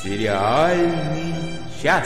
Сериальный час.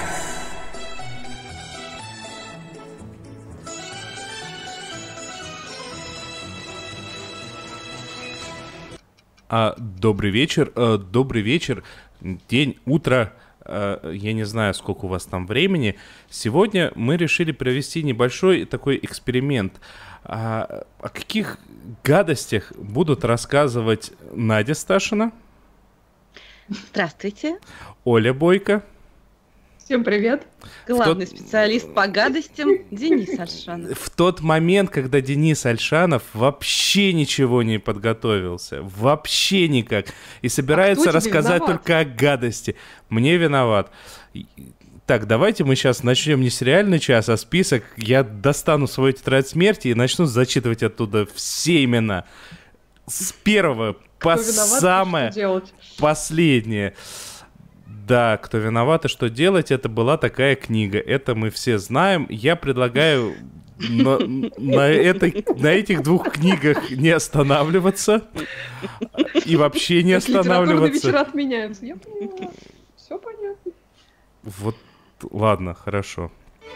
Добрый вечер, день, утро, я не знаю, сколько у вас там времени. Сегодня мы решили провести небольшой такой эксперимент. О каких гадостях будут рассказывать Надя Сташина? Здравствуйте. Оля Бойко. Всем привет. Главный специалист по гадостям Денис Альшанов. В тот момент, когда Денис Альшанов вообще ничего не подготовился, вообще никак, и собирается рассказать только о гадости. Мне виноват. Так, давайте мы сейчас начнем не сериальный час, а список. Я достану свою тетрадь смерти и начну зачитывать оттуда все имена. С первого по самое последнее. Да, кто виноват и что делать, это была такая книга. Это мы все знаем. Я предлагаю на этих двух книгах не останавливаться. И вообще не останавливаться. Литературные вечера отменяются. Я понимаю. Все понятно. Вот, ладно, хорошо.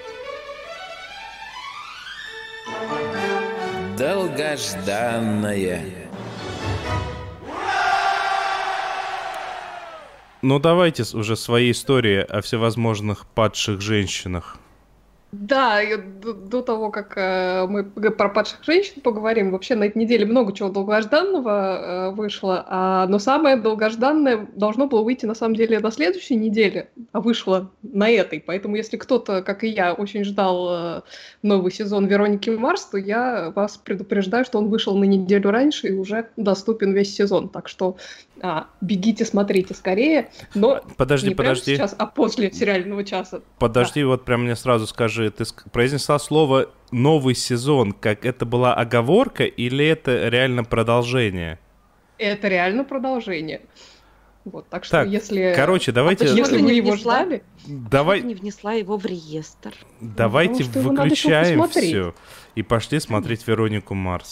Долгожданное. Ну, давайте уже свои истории о всевозможных падших женщинах. Да, до того, как мы про падших женщин поговорим, вообще на этой неделе много чего долгожданного вышло, но самое долгожданное должно было выйти на самом деле на следующей неделе, а вышло на этой. Поэтому если кто-то, как и я, очень ждал новый сезон «Вероники Марс», то я вас предупреждаю, что он вышел на неделю раньше и уже доступен весь сезон. Так что бегите, смотрите скорее, но подожди. прямо сейчас, а после сериального часа. Подожди, вот прям мне сразу скажи, ты произнесла слово «новый сезон», как это была оговорка или это реально продолжение? Это реально продолжение. Вот, так что если... Короче, давайте... Если вы его ждали... Давай... не внесла его в реестр? Давайте выключаем все и пошли смотреть Веронику Марс.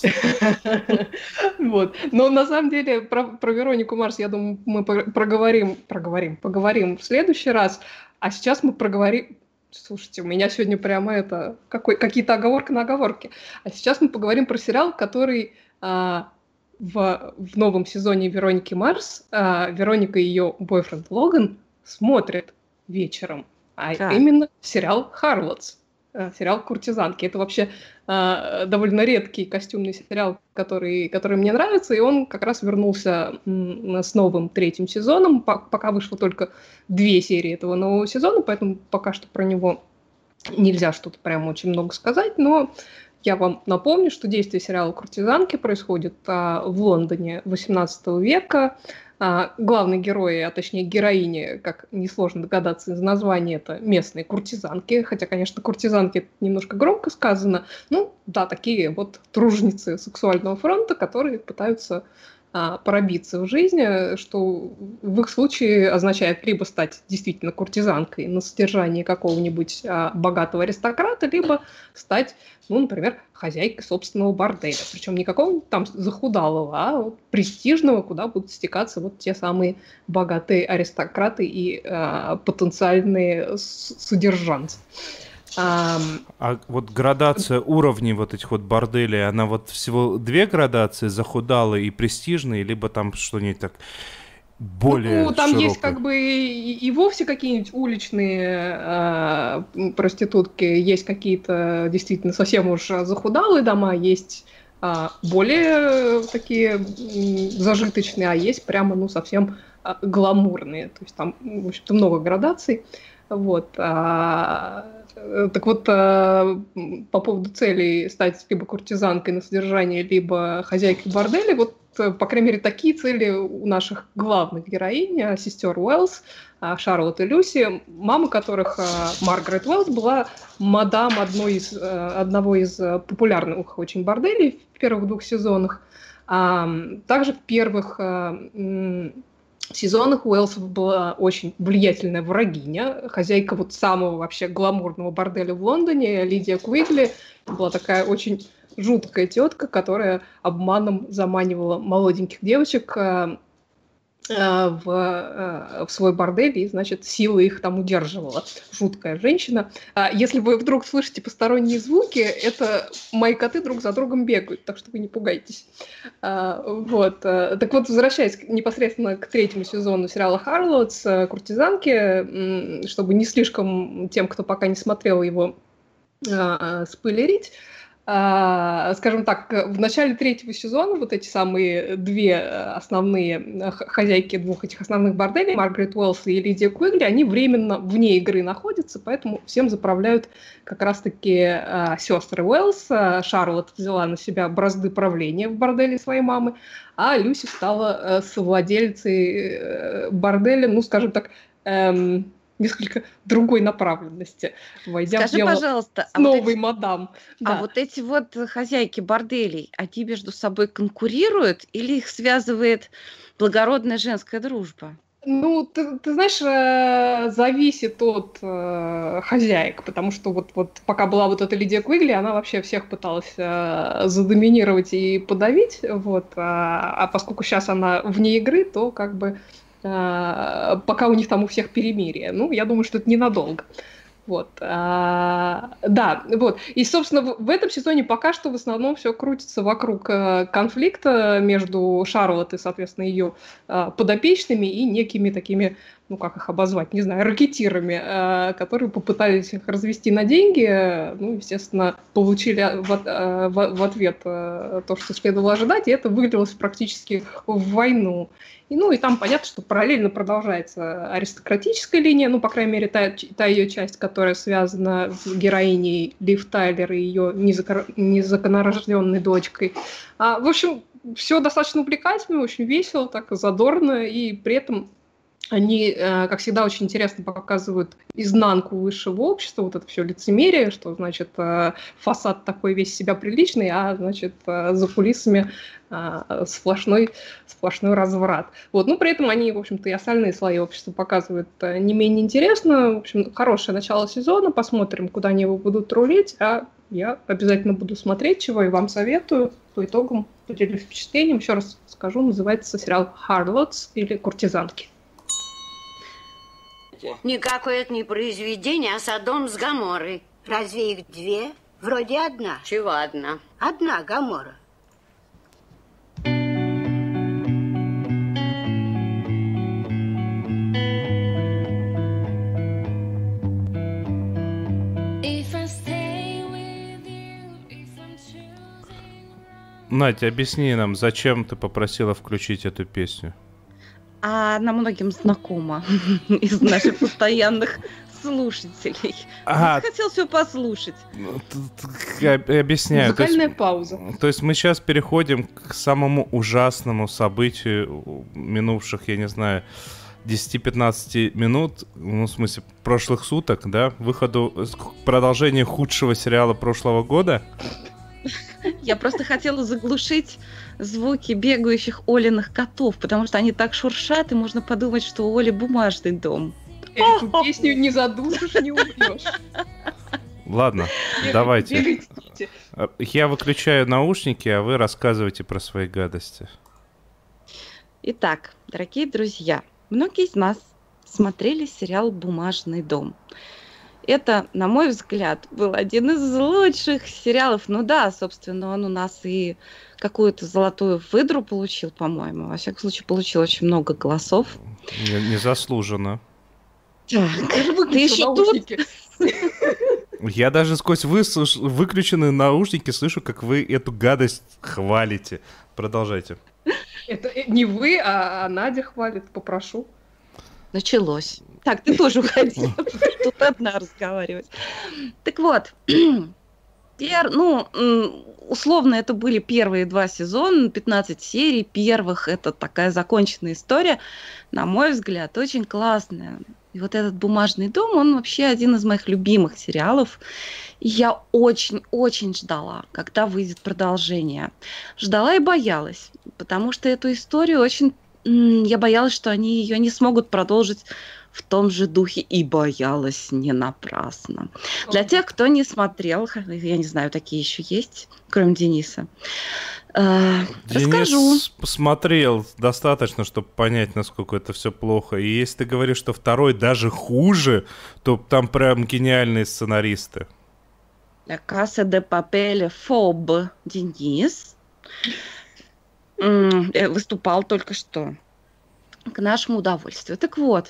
Вот. Но на самом деле про Веронику Марс, я думаю, мы поговорим в следующий раз. А сейчас мы проговорим... Слушайте, у меня сегодня прямо какие-то оговорки на оговорки. А сейчас мы поговорим про сериал, который... В новом сезоне «Вероники Марс» Вероника и ее бойфренд Логан смотрят вечером. Именно сериал «Харлотс», сериал «Куртизанки». Это вообще довольно редкий костюмный сериал, который мне нравится, и он как раз вернулся с новым третьим сезоном. Пока вышло только 2 серии этого нового сезона, поэтому пока что про него нельзя что-то прям очень много сказать, но... Я вам напомню, что действие сериала «Куртизанки» происходит в Лондоне XVIII века. Главные герои, а точнее героини, как несложно догадаться из названия, это местные куртизанки. Хотя, конечно, куртизанки это немножко громко сказано. Ну, да, такие вот труженицы сексуального фронта, которые пытаются пробиться в жизни, что в их случае означает либо стать действительно куртизанкой на содержании какого-нибудь богатого аристократа, либо стать, ну, например, хозяйкой собственного борделя. Причем не какого-нибудь там захудалого, а вот престижного, куда будут стекаться вот те самые богатые аристократы и потенциальные содержанцы. А вот градация уровней вот этих вот борделей, она вот всего 2 градации, захудалые и престижные, либо там что-нибудь так более там широкое? Есть как бы и вовсе какие-нибудь уличные проститутки, есть какие-то действительно совсем уж захудалые дома, есть более такие зажиточные, а есть прямо, ну, совсем гламурные. То есть там, в общем-то, много градаций. Вот. Так вот, по поводу целей стать либо куртизанкой на содержание, либо хозяйкой борделя, вот, по крайней мере, такие цели у наших главных героинь, сестер Уэллс, Шарлотт и Люси, мама которых, Маргарет Уэллс, была мадам одного из популярных очень борделей в первых 2 сезонах. Также в первых сезонах у Уэллсов была очень влиятельная врагиня, хозяйка вот самого вообще гламурного борделя в Лондоне, Лидия Квигли, была такая очень жуткая тетка, которая обманом заманивала молоденьких девочек в свой бордель и, значит, силой их там удерживала. Жуткая женщина. Если вы вдруг слышите посторонние звуки, это мои коты друг за другом бегают, так что вы не пугайтесь. Вот. Так вот, возвращаясь непосредственно к 3-му сезону сериала «Харлотс», «Куртизанки», чтобы не слишком тем, кто пока не смотрел его, спойлерить, скажем так, в начале 3-го сезона вот эти самые две основные хозяйки двух этих основных борделей, Маргарет Уэллс и Лидия Куигли, они временно вне игры находятся, поэтому всем заправляют как раз-таки сестры Уэллс. Шарлотт взяла на себя бразды правления в борделе своей мамы, а Люси стала совладельцей борделя, ну, скажем так, несколько другой направленности, войдя в дело пожалуйста, с новой мадам. Да. А вот эти вот хозяйки борделей, они между собой конкурируют или их связывает благородная женская дружба? Ну, ты знаешь, зависит от хозяек, потому что вот пока была вот эта Лидия Куигли, она вообще всех пыталась задоминировать и подавить, вот, а поскольку сейчас она вне игры, то как бы пока у них там у всех перемирие. Ну, я думаю, что это ненадолго. Вот. Да, вот. И, собственно, в этом сезоне пока что в основном все крутится вокруг конфликта между Шарлотт и, соответственно, ее подопечными и некими такими, ну, как их обозвать, не знаю, ракетирами, которые попытались их развести на деньги, ну, естественно, получили в ответ то, что следовало ожидать, и это вылилось практически в войну. И там понятно, что параллельно продолжается аристократическая линия, ну, по крайней мере, та ее часть, которая связана с героиней Лив Тайлер и ее незаконнорожденной дочкой. В общем, все достаточно увлекательно, очень весело, так задорно, и при этом они, как всегда, очень интересно показывают изнанку высшего общества, вот это все лицемерие, что, значит, фасад такой весь себя приличный, а, значит, за кулисами сплошной разврат. Вот. Ну, при этом они, в общем-то, и остальные слои общества показывают не менее интересно. В общем, хорошее начало сезона, посмотрим, куда они его будут рулить, а я обязательно буду смотреть, чего и вам советую. По итогам поделюсь впечатлением. Еще раз скажу, называется сериал «Харлотс» или «Куртизанки». Никакое это не произведение, а Содом с Гоморрой. Разве их две? Вроде одна. Чего одна? Одна Гоморра. Надя, объясни нам, зачем ты попросила включить эту песню? Она многим знакома из наших постоянных слушателей. Хотел все послушать. Объясняю. Музыкальная пауза. То есть мы сейчас переходим к самому ужасному событию минувших, я не знаю, 10-15 минут, ну, в смысле, прошлых суток, да, выходу, продолжению худшего сериала прошлого года. Я просто хотела заглушить звуки бегающих Олиных котов, потому что они так шуршат, и можно подумать, что у Оли бумажный дом. Эту песню не задушишь, не убьешь. Ладно, давайте. Я выключаю наушники, а вы рассказывайте про свои гадости. Итак, дорогие друзья, многие из нас смотрели сериал «Бумажный дом». Это, на мой взгляд, был один из лучших сериалов. Ну да, собственно, он у нас и какую-то золотую выдру получил, по-моему. Во всяком случае, получил очень много голосов. Незаслуженно. Так, ты еще тут? Я даже сквозь выключенные наушники слышу, как вы эту гадость хвалите. Продолжайте. Это не вы, а Надя хвалит, попрошу. Началось. Так, ты тоже уходи. Тут одна разговаривать. Так вот, условно, это были первые 2 сезона, 15 серий. Первых это такая законченная история. На мой взгляд, очень классная. И вот этот «Бумажный дом», он вообще один из моих любимых сериалов. И я очень-очень ждала, когда выйдет продолжение. Ждала и боялась, потому что эту историю я боялась, что они ее не смогут продолжить в том же духе и боялась не напрасно. Для тех, кто не смотрел, я не знаю, такие еще есть, кроме Дениса, расскажу. Денис посмотрел достаточно, чтобы понять, насколько это все плохо. И если ты говоришь, что второй даже хуже, то там прям гениальные сценаристы. La Casa de Papel Фоб Денис выступал только что к нашему удовольствию. Так вот,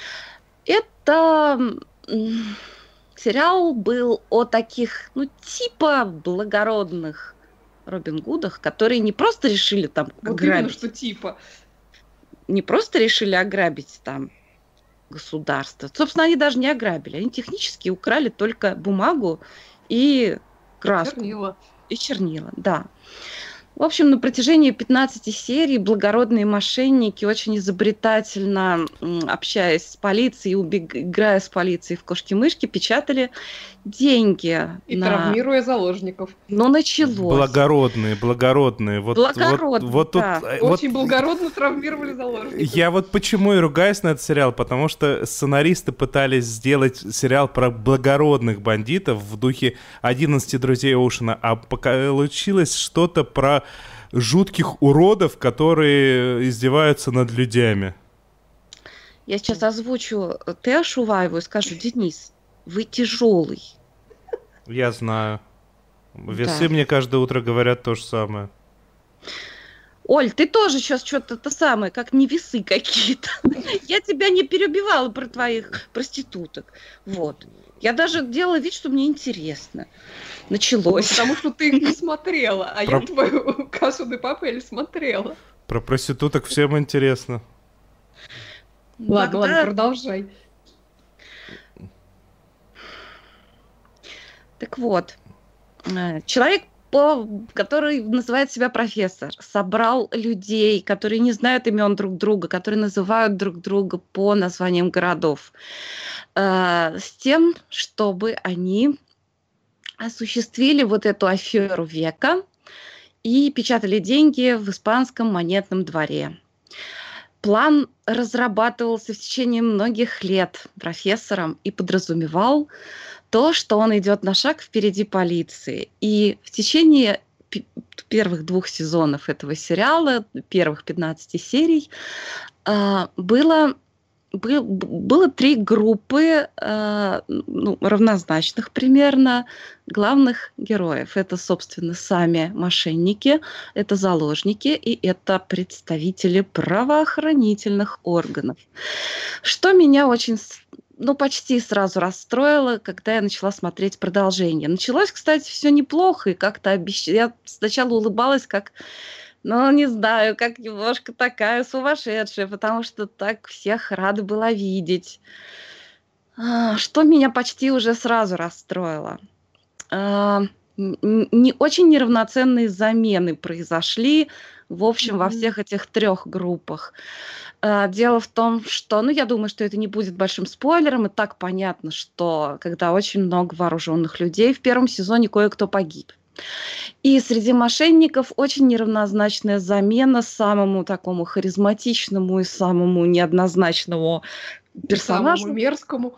это сериал был о таких, типа благородных Робин Гудах, которые не просто решили там Вот ограбить. именно, что типа. Не просто решили ограбить там государство. Собственно, они даже не ограбили. Они технически украли только бумагу и краску. Чернила. И чернила, да. В общем, на протяжении 15 серий благородные мошенники очень изобретательно, общаясь с полицией, играя с полицией в кошки-мышки, печатали деньги. И травмируя заложников. Но началось. Благородные. Благородные, Вот тут, да. Очень благородно травмировали заложников. Я вот почему и ругаюсь на этот сериал, потому что сценаристы пытались сделать сериал про благородных бандитов в духе 11 друзей Оушена, а получилось что-то про жутких уродов, которые издеваются над людьми. Я сейчас озвучу Тео Шуваеву и скажу: Денис, вы тяжелый. Я знаю. Весы Да. мне каждое утро говорят то же самое. Оль, ты тоже сейчас что-то то самое, как не весы какие-то. Я тебя не перебивала про твоих проституток. Вот. Я даже делала вид, что мне интересно. Началось. Потому что ты их не смотрела, а я твою Кассу де Папель смотрела. Про проституток всем интересно. Ладно, продолжай. Так вот, человек, который называет себя профессор, собрал людей, которые не знают имен друг друга, которые называют друг друга по названиям городов, с тем, чтобы они осуществили вот эту аферу века и печатали деньги в испанском монетном дворе. План разрабатывался в течение многих лет профессором и подразумевал то, что он идет на шаг впереди полиции. И в течение первых 2 сезонов этого сериала, первых 15 серий, было 3 группы равнозначных примерно главных героев. Это, собственно, сами мошенники, это заложники и это представители правоохранительных органов. Что меня очень, почти сразу расстроило, когда я начала смотреть продолжение. Началось, кстати, все неплохо, и как-то я сначала улыбалась, как... не знаю, как немножко такая сумасшедшая, потому что так всех рада была видеть. Что меня почти уже сразу расстроило. Не очень неравноценные замены произошли, в общем, во всех этих 3 группах. Дело в том, что, я думаю, что это не будет большим спойлером, и так понятно, что когда очень много вооруженных людей, в 1 сезоне кое-кто погиб. И среди мошенников очень неравнозначная замена самому такому харизматичному и самому неоднозначному персонажу. Самому мерзкому.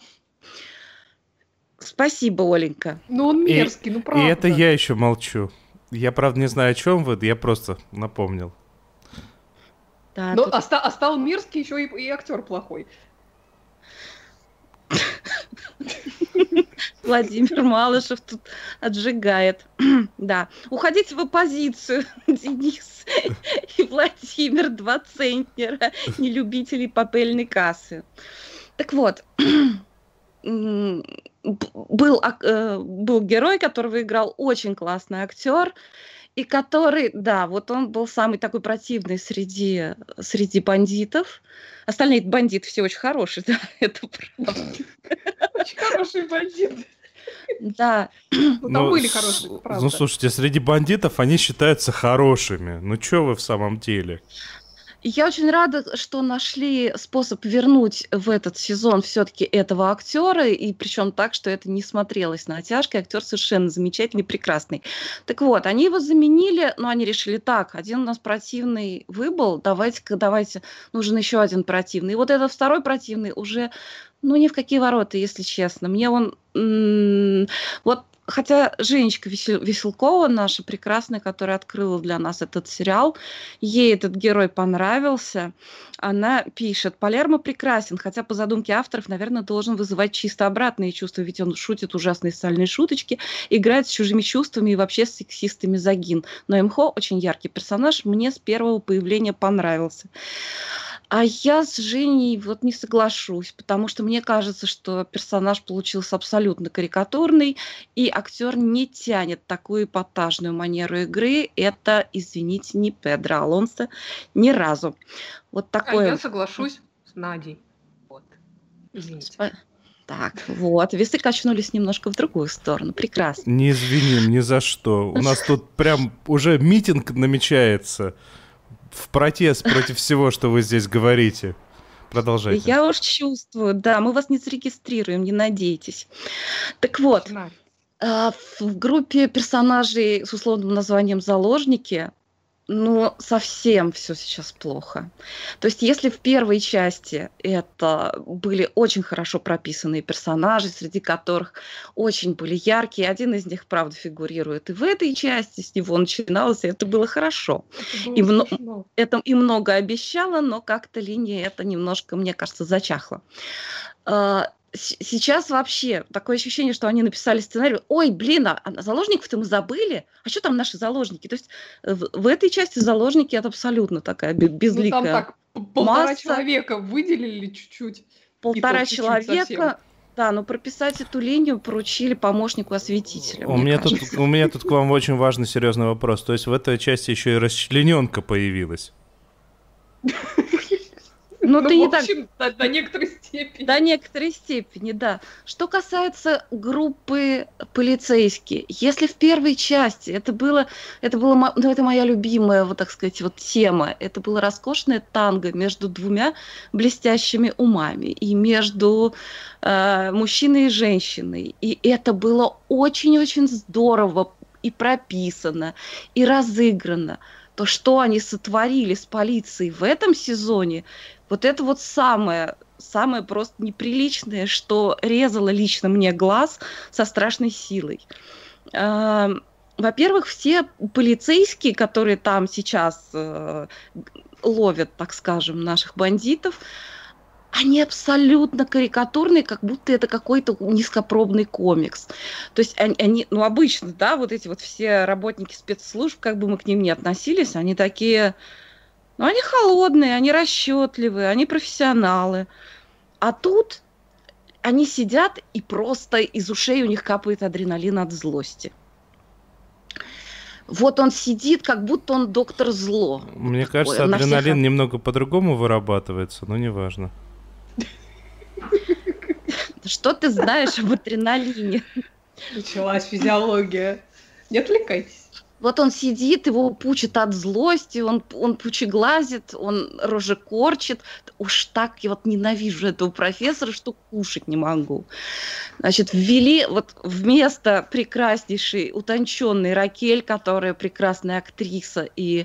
Спасибо, Оленька. Он мерзкий, правда. И это я еще молчу. Я, правда, не знаю, о чем вы, я просто напомнил. Да, но стал мерзкий еще и актер плохой. Владимир Малышев тут отжигает. Да. Уходите в оппозицию, Денис и Владимир, 2 центнера, нелюбителей папельной кассы. Так вот, был герой, которого играл очень классный актер, и который, он был самый такой противный среди бандитов. Остальные бандиты все очень хорошие, да, это правда. Очень хороший бандит. Да. Там были хорошие, правда. Слушайте, среди бандитов они считаются хорошими. Что вы в самом деле? Я очень рада, что нашли способ вернуть в этот сезон все-таки этого актера, и причем так, что это не смотрелось натяжкой. Актер совершенно замечательный, прекрасный. Так вот, они его заменили, но они решили так: один у нас противный выбыл, давайте, нужен еще один противный. И вот этот второй противный уже, ни в какие ворота, если честно. Мне он... Вот хотя Женечка Веселкова, наша прекрасная, которая открыла для нас этот сериал, ей этот герой понравился. Она пишет: Палермо прекрасен, хотя по задумке авторов, наверное, должен вызывать чисто обратные чувства, ведь он шутит ужасные сальные шуточки, играет с чужими чувствами и вообще с сексистами Загин. Но Эмхо очень яркий персонаж, мне с первого появления понравился. А я с Женей вот не соглашусь, потому что мне кажется, что персонаж получился абсолютно карикатурный, и актер не тянет такую эпатажную манеру игры. Это, извините, не Педро Алонсо ни разу. Вот такое. Я соглашусь с Надей. Вот. Извините. Так, вот, весы качнулись немножко в другую сторону. Прекрасно. Не извиним ни за что. У нас тут прям уже митинг намечается в протест против всего, что вы здесь говорите. Продолжайте. Я уж чувствую, да, мы вас не зарегистрируем, не надейтесь. Так вот, в группе персонажей с условным названием «Заложники» совсем все сейчас плохо. То есть если в первой части это были очень хорошо прописанные персонажи, среди которых очень были яркие, один из них, правда, фигурирует и в этой части, с него начиналось, и это было хорошо. Это и много обещало, но как-то линия эта немножко, мне кажется, зачахла. Сейчас вообще такое ощущение, что они написали сценарий: ой, блин, а заложников-то мы забыли, а что там наши заложники? То есть в этой части заложники — это абсолютно такая безликая там так полтора человека выделили чуть-чуть. Полтора человека, да, но прописать эту линию поручили помощнику-осветителя. У меня тут к вам очень важный, серьезный вопрос. То есть в этой части еще и расчлененка появилась? Ты не так... До некоторой степени. До некоторой степени, да. Что касается группы полицейские, если в первой части это моя любимая, вот так сказать, вот тема, это было роскошное танго между двумя блестящими умами, и между мужчиной и женщиной, и это было очень-очень здорово и прописано, и разыграно. То, что они сотворили с полицией в этом сезоне, вот это вот самое просто неприличное, что резало лично мне глаз со страшной силой. Во-первых, все полицейские, которые там сейчас ловят, так скажем, наших бандитов, они абсолютно карикатурные, как будто это какой-то низкопробный комикс. То есть они, обычно, да, вот эти вот все работники спецслужб, как бы мы к ним ни относились, они такие, они холодные, они расчетливые, они профессионалы. А тут они сидят, и просто из ушей у них капает адреналин от злости. Вот он сидит, как будто он доктор зло. Мне кажется, адреналин немного по-другому вырабатывается, но неважно. Что ты знаешь об адреналине? Началась физиология. Не отвлекайтесь. Вот он сидит, его пучит от злости, он пучеглазит, он рожекорчит. Уж так я вот ненавижу этого профессора, что кушать не могу. Значит, ввели вот вместо прекраснейшей, утонченной Ракель, которая прекрасная актриса и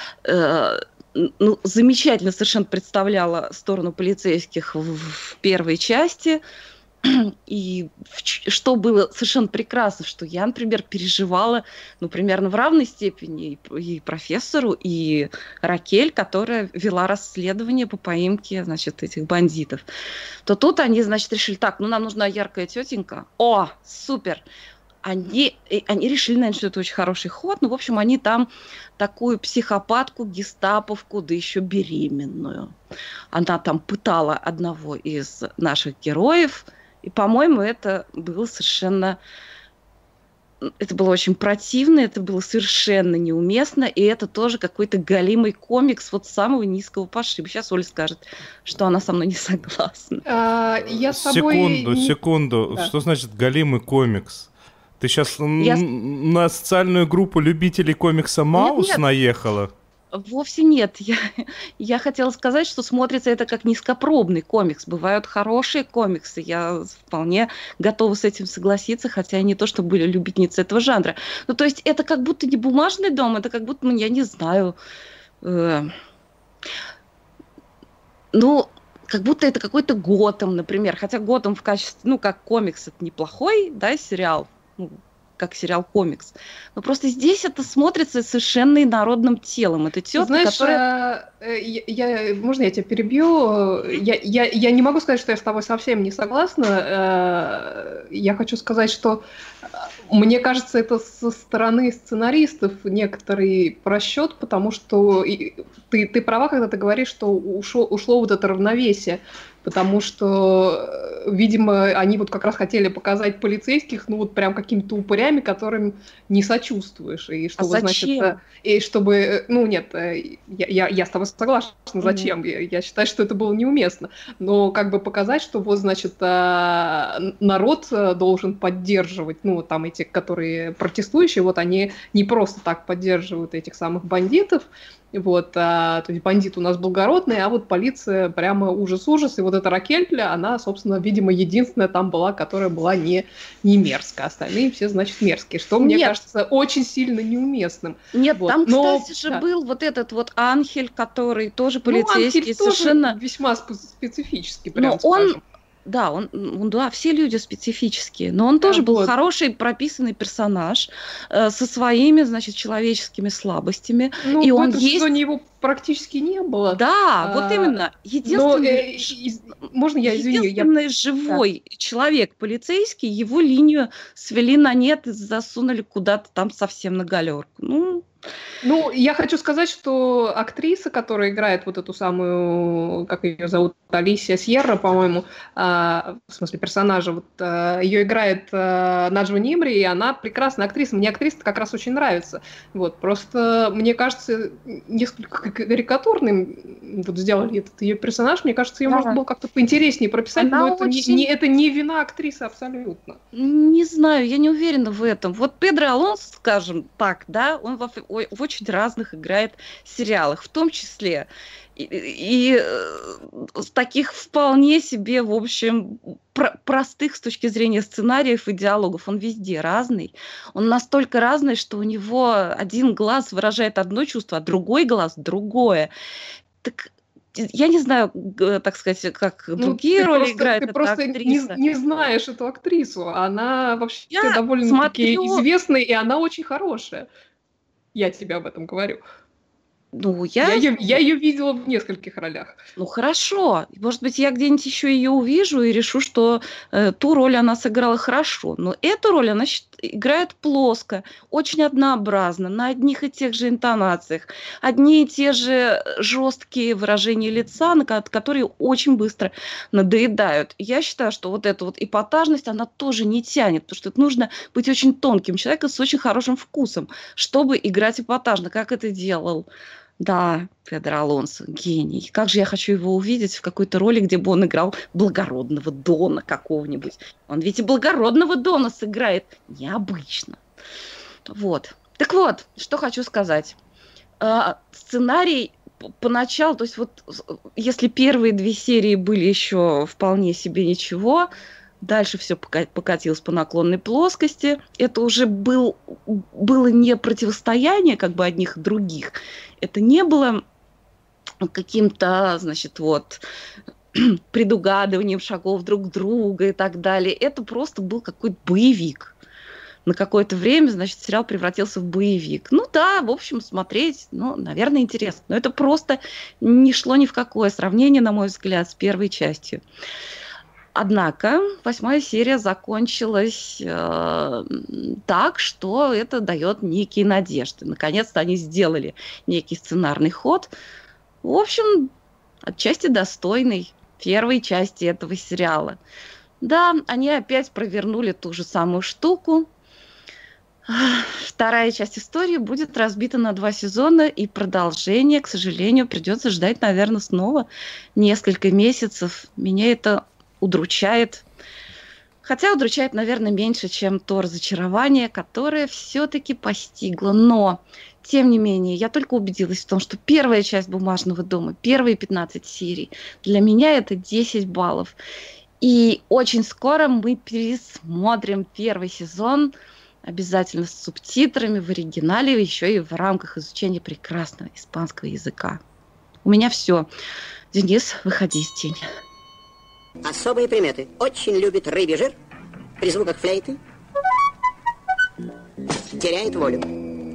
замечательно совершенно представляла сторону полицейских в первой части. И что было совершенно прекрасно, что я, например, переживала, примерно в равной степени и профессору, и Ракель, которая вела расследование по поимке, значит, этих бандитов. То тут они, значит, решили: так, нам нужна яркая тетенька. О, супер! Они решили, наверное, что это очень хороший ход. В общем, они там такую психопатку, гестаповку, да еще беременную. Она там пытала одного из наших героев. И, по-моему, это было очень противно, это было совершенно неуместно, и это тоже какой-то галимый комикс вот самого низкого пошиба. Сейчас Оля скажет, что она со мной не согласна. Я с собой... Секунду. Да. Что значит галимый комикс? Ты сейчас на социальную группу любителей комикса Маус наехала? Вовсе нет. Я хотела сказать, что смотрится это как низкопробный комикс. Бывают хорошие комиксы. Я вполне готова с этим согласиться, хотя я не то, что были любительницы этого жанра. Ну, то есть это как будто не «Бумажный дом», это как будто, я не знаю, как будто это какой-то Готэм, например. Хотя Готэм в качестве, как комикс, это неплохой, да, сериал, как сериал-комикс. Но просто здесь это смотрится совершенно инородным телом. Это тетка, знаешь, которая... можно я тебя перебью? Я не могу сказать, что я с тобой совсем не согласна. Я хочу сказать, что мне кажется, это со стороны сценаристов некоторый просчет, потому что ты права, когда ты говоришь, что ушло вот это равновесие. Потому что, видимо, они вот как раз хотели показать полицейских, прям какими-то упырями, которым не сочувствуешь. И чтобы, зачем? И чтобы, нет, я с тобой согласна, зачем? Я считаю, что это было неуместно. Но как бы показать, что вот, значит, народ должен поддерживать, там эти, которые протестующие, вот они не просто так поддерживают этих самых бандитов, то есть бандит у нас благородный, а вот полиция прямо ужас-ужас. И вот эта Ракель, она, собственно, видимо, единственная там была, которая была не мерзкая. Остальные все, значит, мерзкие, что мне кажется очень сильно неуместным. Нет, там, кстати, же был вот этот вот Анхель, который тоже полицейский. Анхель совершенно... тоже весьма специфический, прям скажем. Да, все люди специфические, но он тоже был хороший, прописанный персонаж со своими, значит, человеческими слабостями. И в этом сезоне его практически не было. Да, вот именно. Единственный живой человек полицейский, его линию свели на нет и засунули куда-то там совсем на галерку. Я хочу сказать, что актриса, которая играет вот эту самую, как ее зовут, Алисия Сьерра, по-моему, в смысле персонажа, ее играет Наджва Нимри, и она прекрасная актриса. Мне актриса как раз очень нравится. Просто, мне кажется, несколько карикатурным сделали этот ее персонаж. Мне кажется, ее можно было как-то поинтереснее прописать, но это не вина актрисы абсолютно. Не знаю, я не уверена в этом. Вот Педро Алонсо, скажем так, да, он в очень разных играет сериалах, в том числе и таких вполне себе, в общем, простых с точки зрения сценариев и диалогов. Он везде разный. Он настолько разный, что у него один глаз выражает одно чувство, а другой глаз – другое. Так я не знаю, так сказать, как другие роли играет эта актриса. Ты просто не знаешь эту актрису. Она вообще довольно-таки известная, и она очень хорошая. Я тебе об этом говорю. Я ее видела в нескольких ролях. Хорошо. Может быть, я где-нибудь еще ее увижу и решу, что ту роль она сыграла хорошо. Но эту роль она играет плоско, очень однообразно, на одних и тех же интонациях, одни и те же жесткие выражения лица, которые очень быстро надоедают. Я считаю, что вот эта вот эпатажность, она тоже не тянет, потому что это нужно быть очень тонким человеком с очень хорошим вкусом, чтобы играть эпатажно, как это делал. Да, Педро Алонсо, гений. Как же я хочу его увидеть в какой-то роли, где бы он играл благородного Дона какого-нибудь. Он ведь и благородного Дона сыграет необычно. Вот. Так вот, что хочу сказать. Сценарий поначалу, то есть вот если первые 2 серии были еще вполне себе ничего, дальше все покатилось по наклонной плоскости. Это уже было не противостояние как бы одних и других. Это не было каким-то, значит, предугадыванием шагов друг друга и так далее. Это просто был какой-то боевик. На какое-то время, значит, сериал превратился в боевик. В общем, смотреть, наверное, интересно. Но это просто не шло ни в какое сравнение, на мой взгляд, с первой частью. Однако 8-я серия закончилась так, что это дает некие надежды. Наконец-то они сделали некий сценарный ход. В общем, отчасти достойный первой части этого сериала. Да, они опять провернули ту же самую штуку. 2-я часть истории будет разбита на 2 сезона, и продолжение, к сожалению, придется ждать, наверное, снова несколько месяцев. Меня это удручает. Хотя удручает, наверное, меньше, чем то разочарование, которое все-таки постигло. Но, тем не менее, я только убедилась в том, что первая часть «Бумажного дома», первые 15 серий, для меня это 10 баллов. И очень скоро мы пересмотрим первый сезон, обязательно с субтитрами в оригинале, еще и в рамках изучения прекрасного испанского языка. У меня все. Денис, выходи из тени. Особые приметы. Очень любит рыбий жир. При звуках флейты теряет волю.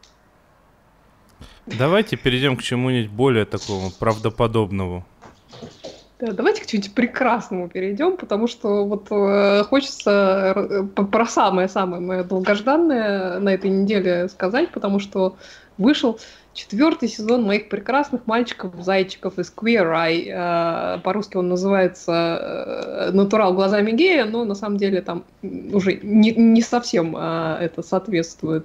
Давайте перейдем к чему-нибудь более такому правдоподобному. Да, давайте к чему-нибудь прекрасному перейдем, потому что вот хочется про самое-самое мое долгожданное на этой неделе сказать, потому что вышел 4-й сезон «Моих прекрасных мальчиков-зайчиков» из Queer Eye. По-русски он называется «Натурал глазами гея», но на самом деле там уже не совсем это соответствует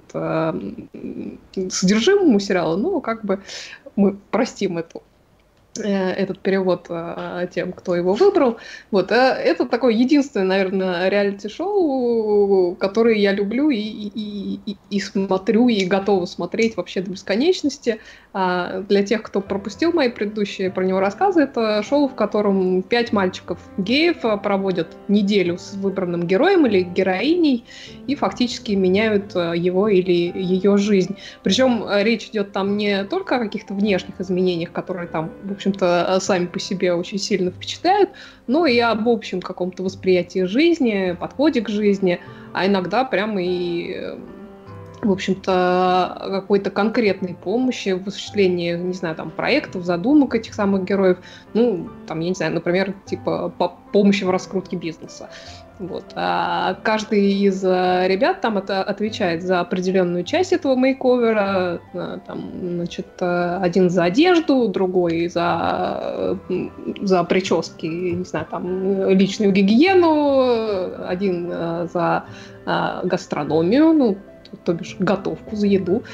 содержимому сериала, но как бы мы простим этот перевод тем, кто его выбрал. Вот. Это такое единственное, наверное, реалити-шоу, которое я люблю и смотрю, и готова смотреть вообще до бесконечности. Для тех, кто пропустил мои предыдущие про него рассказы, это шоу, в котором 5 мальчиков-геев проводят неделю с выбранным героем или героиней и фактически меняют его или ее жизнь. Причем речь идет там не только о каких-то внешних изменениях, которые там, в общем-то, сами по себе очень сильно впечатляют, но и об общем каком-то восприятии жизни, подходе к жизни, а иногда прямо и, в общем-то, какой-то конкретной помощи в осуществлении, не знаю, там, проектов, задумок этих самых героев. Ну, там, я не знаю, например, типа помощи в раскрутке бизнеса. Вот. А каждый из ребят там отвечает за определенную часть этого мейковера. Там, значит, один за одежду, другой за прически, не знаю, там, личную гигиену, один за гастрономию, ну, то бишь готовку за еду,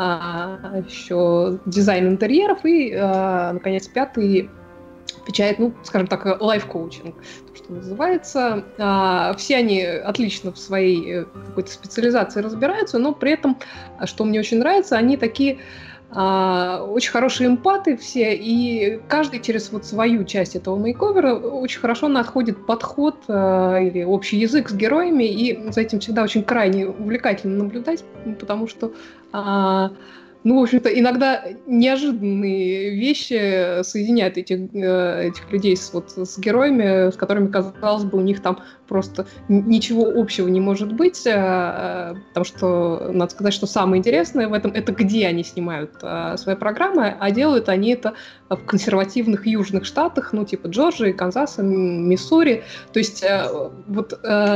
еще дизайн интерьеров и, наконец, 5-й отвечает, ну, скажем так, лайф-коучинг, то, что называется. Все они отлично в своей какой-то специализации разбираются, но при этом, что мне очень нравится, они такие очень хорошие эмпаты все, и каждый через вот свою часть этого мейковера очень хорошо находит подход или общий язык с героями, и за этим всегда очень крайне увлекательно наблюдать, потому что ну, в общем-то, иногда неожиданные вещи соединяют этих людей с героями, с которыми, казалось бы, у них там просто ничего общего не может быть, потому что, надо сказать, что самое интересное в этом — это где они снимают свои программы, а делают они это в консервативных южных штатах, ну, типа Джорджии, Канзаса, Миссури, то есть вот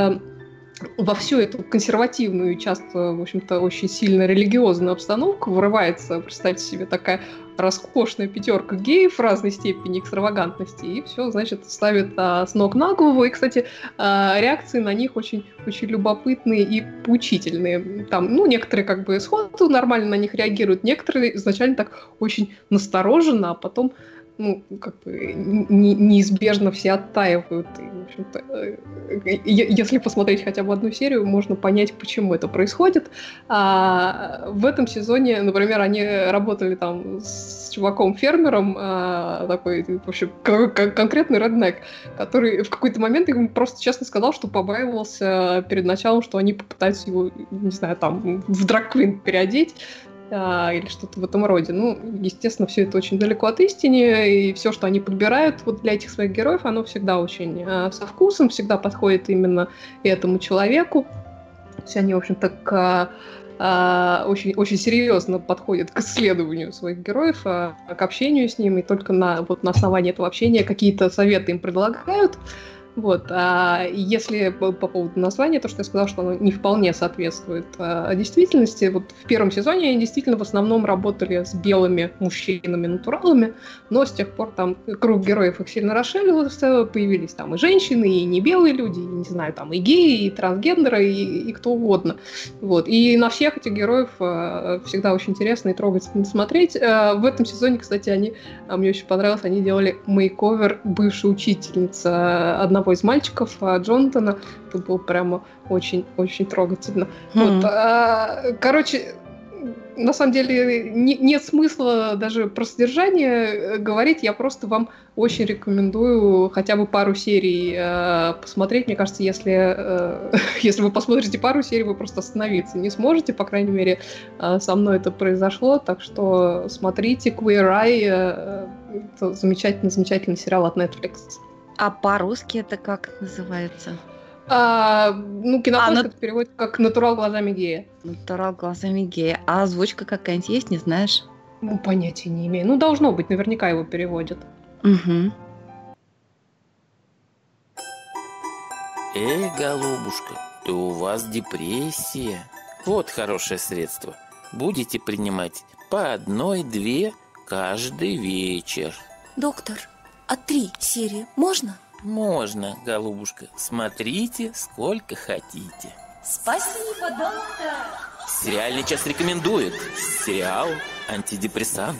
во всю эту консервативную и часто, в общем-то, очень сильно религиозную обстановку вырывается, представьте себе, такая роскошная 5 геев разной степени экстравагантности, и все, значит, ставит с ног на голову. И, кстати, реакции на них очень, очень любопытные и поучительные. Там, ну, некоторые как бы сходу нормально на них реагируют, некоторые изначально так очень настороженно, а потом, ну, как бы неизбежно все оттаивают. И, в общем-то, если посмотреть хотя бы одну серию, можно понять, почему это происходит. В этом сезоне, например, они работали там с чуваком-фермером, такой, в общем, конкретный реднек, который в какой-то момент ему просто честно сказал, что побаивался перед началом, что они попытаются его, не знаю, там, в драг-квин переодеть, или что-то в этом роде. Ну, естественно, все это очень далеко от истины, и все, что они подбирают вот для этих своих героев, оно всегда очень со вкусом, всегда подходит именно этому человеку. То есть они, в общем-то, очень, очень серьезно подходят к исследованию своих героев, к общению с ними, и только на основании этого общения какие-то советы им предлагают. Вот. А если по поводу названия, то, что я сказала, что оно не вполне соответствует действительности, вот в первом сезоне они действительно в основном работали с белыми мужчинами-натуралами, но с тех пор там круг героев их сильно расширился, появились там и женщины, и не белые люди, и, не знаю, там и геи, и трансгендеры, и кто угодно. Вот. И на всех этих героев всегда очень интересно и трогательно смотреть. В этом сезоне, кстати, мне очень понравилось, они делали мейковер бывшей учительницы одного одного из мальчиков, Джонатана. Это было прямо очень-очень трогательно. Вот, короче, на самом деле нет смысла даже про содержание говорить. Я просто вам очень рекомендую хотя бы пару серий посмотреть. Мне кажется, если вы посмотрите пару серий, вы просто остановиться не сможете. По крайней мере, со мной это произошло. Так что смотрите Queer Eye. Это замечательный сериал от Netflix. А по-русски это как называется? Кинопоиск это переводит как «Натурал глазами гея». «Натурал глазами гея». А озвучка какая-нибудь есть, не знаешь? Понятия не имею. Должно быть, наверняка его переводят. Угу. Голубушка, то у вас депрессия. Вот хорошее средство. Будете принимать по 1-2 каждый вечер. Доктор, а 3 серии можно? Можно, голубушка. Смотрите, сколько хотите. Спасибо, доктор. Сериальный час рекомендует. Сериал «Антидепрессант».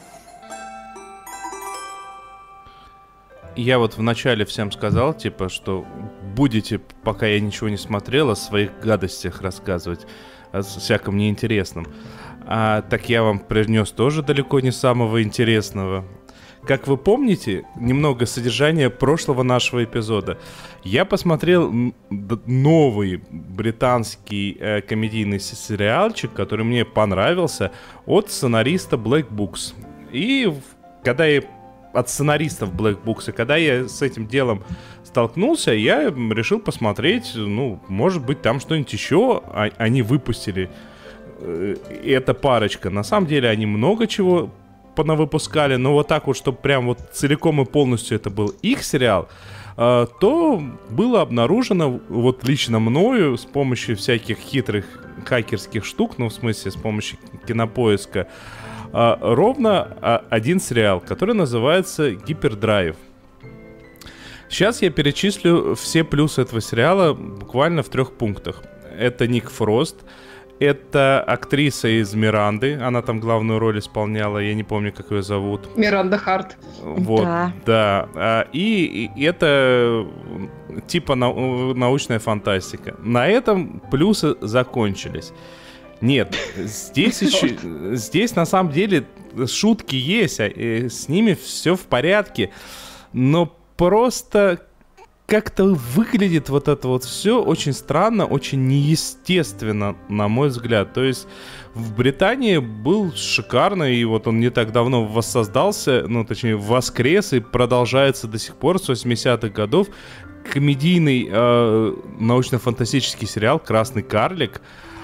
Я вот вначале всем сказал, что будете, пока я ничего не смотрел, о своих гадостях рассказывать, о всяком неинтересном. Так я вам принес тоже далеко не самого интересного. Как вы помните, немного содержания прошлого нашего эпизода. Я посмотрел новый британский комедийный сериальчик, который мне понравился, от сценариста Black Books. И когда я от сценаристов Black Books, и когда я с этим делом столкнулся, я решил посмотреть, может быть, там что-нибудь еще они выпустили. Эта парочка. На самом деле они много чего понавыпускали, но вот так вот, чтобы прям вот целиком и полностью это был их сериал, то было обнаружено вот лично мною с помощью всяких хитрых хакерских штук, в смысле с помощью Кинопоиска, ровно один сериал, который называется «Гипердрайв». Сейчас я перечислю все плюсы этого сериала буквально в 3 пунктах. Это Ник Фрост, это актриса из «Миранды», она там главную роль исполняла, я не помню, как ее зовут. Миранда Харт. Вот, да. И это типа научная фантастика. На этом плюсы закончились. Нет, здесь на самом деле шутки есть, с ними все в порядке, но просто как-то выглядит вот это вот все очень странно, очень неестественно, на мой взгляд. То есть в Британии был шикарно, и вот он не так давно воссоздался, точнее воскрес и продолжается до сих пор с 80-х годов, комедийный научно-фантастический сериал «Красный карлик».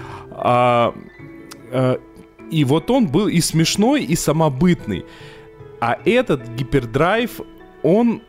И вот он был и смешной, и самобытный. А этот «Гипердрайв», он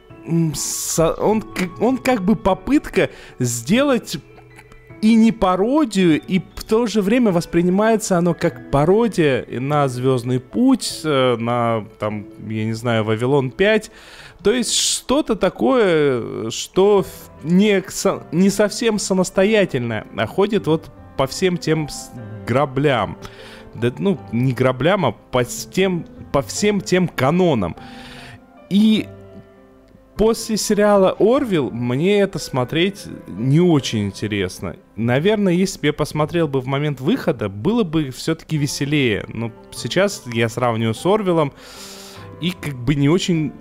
как бы попытка сделать и не пародию, и в то же время воспринимается оно как пародия на «Звездный путь», на, там, я не знаю, «Вавилон 5». То есть что-то такое, что не совсем самостоятельное, а ходит вот по всем тем граблям. Да, не граблям, а по всем тем канонам. И после сериала «Орвилл» мне это смотреть не очень интересно. Наверное, если бы я посмотрел бы в момент выхода, было бы все-таки веселее. Но сейчас я сравниваю с «Орвиллом», и как бы не очень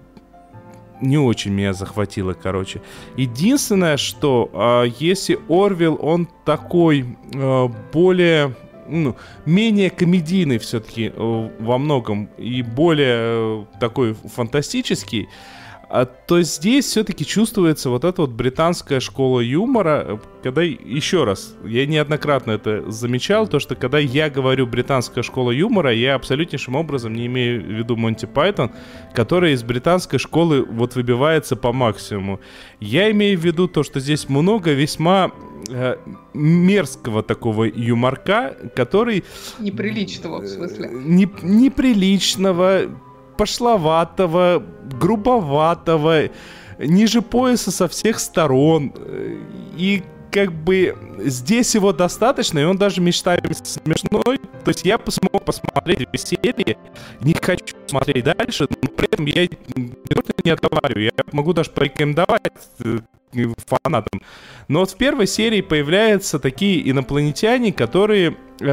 меня захватило, короче. Единственное, что если «Орвилл», он такой более... менее комедийный все-таки во многом и более такой фантастический, то здесь все-таки чувствуется вот эта вот британская школа юмора, когда, еще раз, я неоднократно это замечал, то, что когда я говорю британская школа юмора, я абсолютнейшим образом не имею в виду Монти Пайтон, который из британской школы вот выбивается по максимуму. Я имею в виду то, что здесь много весьма мерзкого такого юморка, который... Неприличного, в смысле? Неприличного, пошловатого, грубоватого, ниже пояса со всех сторон. И как бы здесь его достаточно, и он даже местами смешной. То есть я смог посмотреть 2 серии, не хочу смотреть дальше, но при этом я не отговариваю, я могу даже порекомендовать фанатам. Но вот в первой серии появляются такие инопланетяне, которые...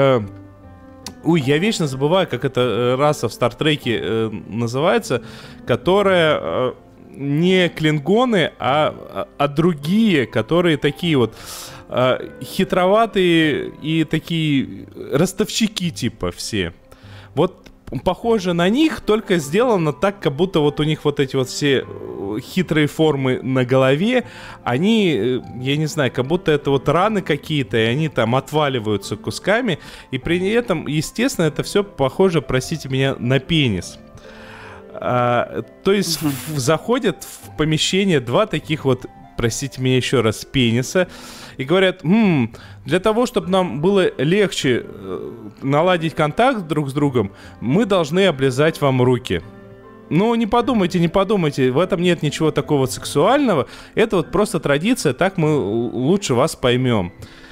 я вечно забываю, как эта раса в Стартреке называется, которая... не клингоны, а другие, которые такие вот хитроватые и такие ростовщики типа все. Вот похоже на них, только сделано так, как будто вот у них вот эти вот все хитрые формы на голове, они, я не знаю, как будто это вот раны какие-то, и они там отваливаются кусками, и при этом, естественно, это все похоже, простите меня, на пенис. То есть заходят в помещение 2 таких вот, простите меня еще раз, пениса и говорят, для того, чтобы нам было легче наладить контакт друг с другом, мы должны облизать вам руки. Ну, не подумайте, в этом нет ничего такого сексуального, это вот просто традиция, так мы лучше вас поймем.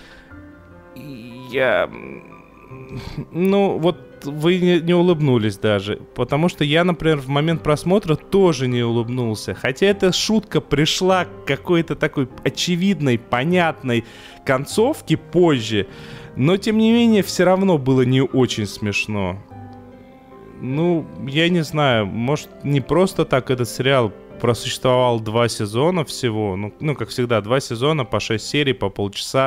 Вот вы не улыбнулись даже, потому что я, например, в момент просмотра тоже не улыбнулся, хотя эта шутка пришла к какой-то такой очевидной, понятной концовке позже, но тем не менее все равно было не очень смешно. Ну, я не знаю, может, не просто так этот сериал просуществовал 2 сезона всего, ну как всегда, 2 сезона по 6 серий, по полчаса,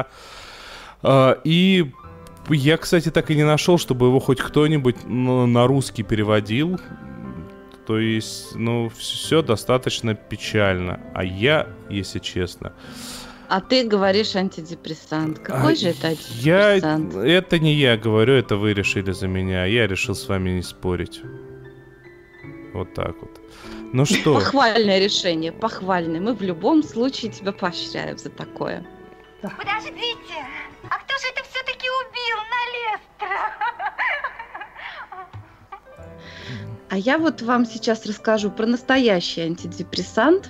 и я, кстати, так и не нашел, чтобы его хоть кто-нибудь на русский переводил. То есть, все достаточно печально. А я, если честно... А ты говоришь антидепрессант. Какой же это антидепрессант? Это не я говорю, это вы решили за меня. Я решил с вами не спорить. Вот так вот. Ну что? Похвальное решение, похвальное. Мы в любом случае тебя поощряем за такое. Подождите, а кто же это все-таки убил Налестера? А я вот вам сейчас расскажу про настоящий антидепрессант.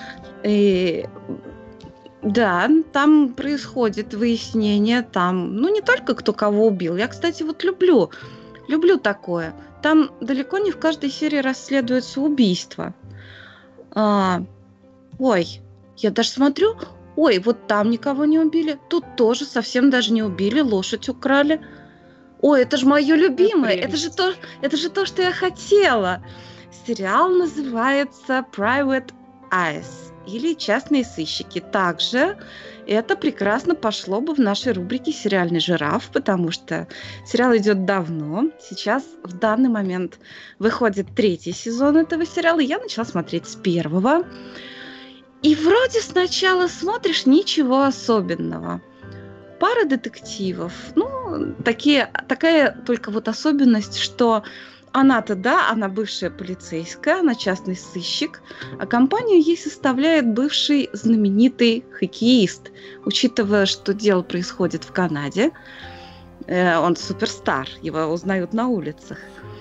Да, там происходит выяснение, там, не только кто кого убил. Я, кстати, вот люблю такое. Там далеко не в каждой серии расследуется убийство. Я даже смотрю... вот там никого не убили, тут тоже совсем даже не убили, лошадь украли. Это же мое любимое, это же то, что я хотела. Сериал называется Private Eyes или «Частные сыщики». Также это прекрасно пошло бы в нашей рубрике «Сериальный жираф», потому что сериал идет давно. Сейчас, в данный момент, выходит 3-й сезон этого сериала. Я начала смотреть с 1-го. И вроде сначала смотришь, ничего особенного. Пара детективов. Такая только вот особенность, что она-то, да, она бывшая полицейская, она частный сыщик, а компанию ей составляет бывший знаменитый хоккеист. Учитывая, что дело происходит в Канаде, он суперстар, его узнают на улицах.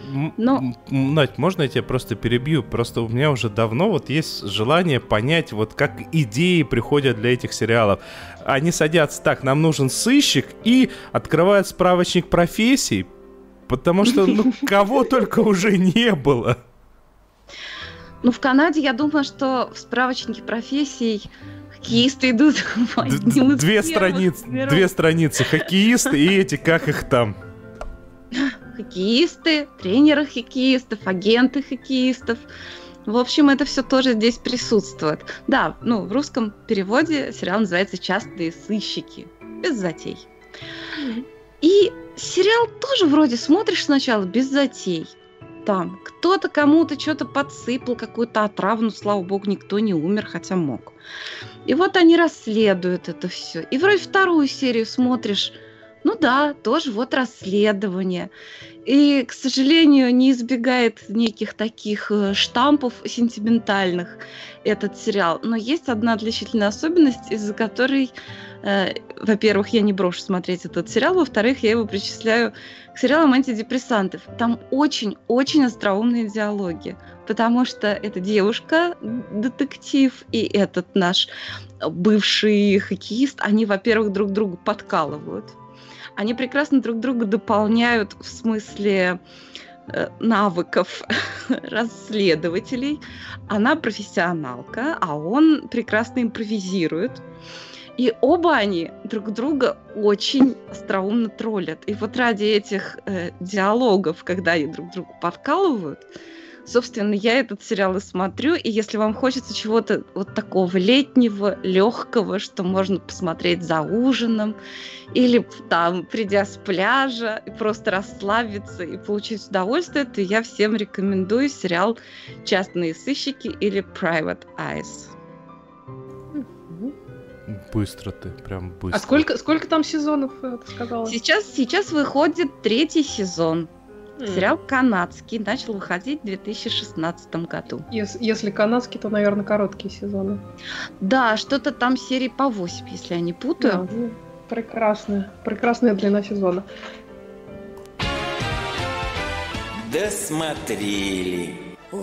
Надь, можно я тебя просто перебью? Просто у меня уже давно вот есть желание понять, вот как идеи приходят для этих сериалов. Они садятся так, нам нужен сыщик, и открывают справочник профессий, потому что, кого только уже не было. В Канаде, я думаю, что в справочнике профессий хоккеисты идут по одним из первых. 2 страницы хоккеисты и эти, как их там... Хоккеисты, тренеры хоккеистов, агенты хоккеистов. В общем, это все тоже здесь присутствует. Да, в русском переводе сериал называется «Частные сыщики». Без затей. И сериал тоже вроде смотришь сначала без затей. Там кто-то кому-то что-то подсыпал, какую-то отраву, слава богу, никто не умер, хотя мог. И вот они расследуют это все. И вроде 2-ю серию смотришь, тоже вот расследование. И, к сожалению, не избегает неких таких штампов сентиментальных этот сериал. Но есть одна отличительная особенность, из-за которой, во-первых, я не брошу смотреть этот сериал, во-вторых, я его причисляю к сериалам антидепрессантов. Там очень-очень остроумные диалоги. потому что эта девушка, детектив, и этот наш бывший хоккеист, они, во-первых, друг друга подкалывают. Они прекрасно друг друга дополняют в смысле навыков расследователей. Она профессионалка, а он прекрасно импровизирует. И оба они друг друга очень остроумно троллят. И вот ради этих диалогов, когда они друг друга подкалывают, собственно, я этот сериал и смотрю. И если вам хочется чего-то вот такого летнего, легкого, что можно посмотреть за ужином, или там, придя с пляжа, и просто расслабиться и получить удовольствие, то я всем рекомендую сериал «Частные сыщики» или «Private Eyes». Быстро ты, прям быстро. А сколько там сезонов, ты сказала? Сейчас выходит 3-й сезон. Сериал канадский, начал выходить в 2016 году. Если канадский, то, наверное, короткие сезоны. Да, что-то там серии по 8, если я не путаю. Да, ну, прекрасная длина сезона. Досмотрели.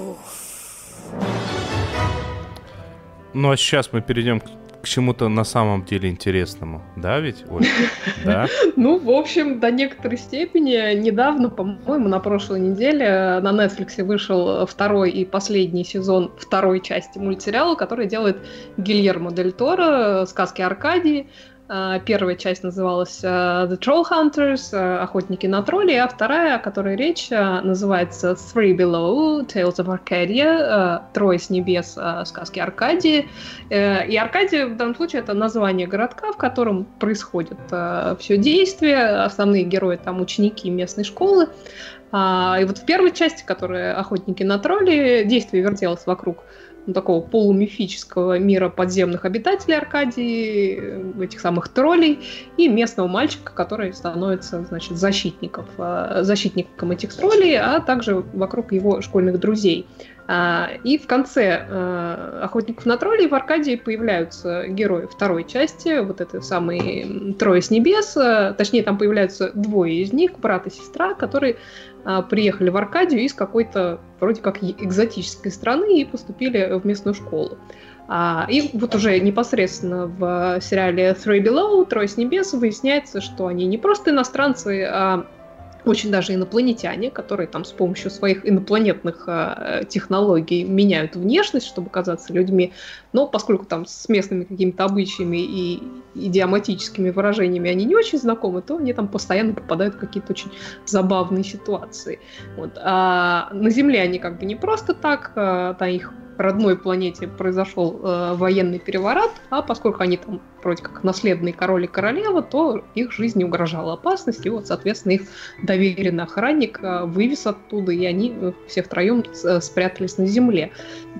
Ну, а сейчас мы перейдем к чему-то на самом деле интересному. Да, ведь, Оль? Да? Ну, в общем, до некоторой степени недавно, по-моему, на прошлой неделе на Netflix вышел второй и последний сезон второй части мультсериала, который делает Гильермо Дель Торо, «Сказки Аркадии». Первая часть называлась The Troll Hunters, охотники на троллей, а вторая, о которой речь, называется Three Below, Tales of Arcadia, Трое с небес, сказки Аркадии. И Аркадия в данном случае это название городка, в котором происходит все действие, основные герои там ученики местной школы. И вот в первой части, которая охотники на троллей, действие вертелось вокруг такого полумифического мира подземных обитателей Аркадии, этих самых троллей, и местного мальчика, который становится, значит, защитником этих троллей, а также вокруг его школьных друзей. И в конце «Охотников на троллей» в Аркадии появляются герои второй части, вот это самые «Трое с небес», точнее, там появляются двое из них, брат и сестра, которые приехали в Аркадию из какой-то вроде как экзотической страны и поступили в местную школу. И вот уже непосредственно в сериале Three Below, «Трое с небес», выясняется, что они не просто иностранцы, а очень даже инопланетяне, которые там с помощью своих инопланетных технологий меняют внешность, чтобы казаться людьми, но поскольку там с местными какими-то обычаями и идиоматическими выражениями они не очень знакомы, то они там постоянно попадают в какие-то очень забавные ситуации. Вот. А на Земле они как бы не просто так, на их родной планете произошел военный переворот, а поскольку они там вроде как наследные король и королева, то их жизни угрожала опасность, и вот, соответственно, их доверенный охранник вывез оттуда, и они все втроем спрятались на Земле.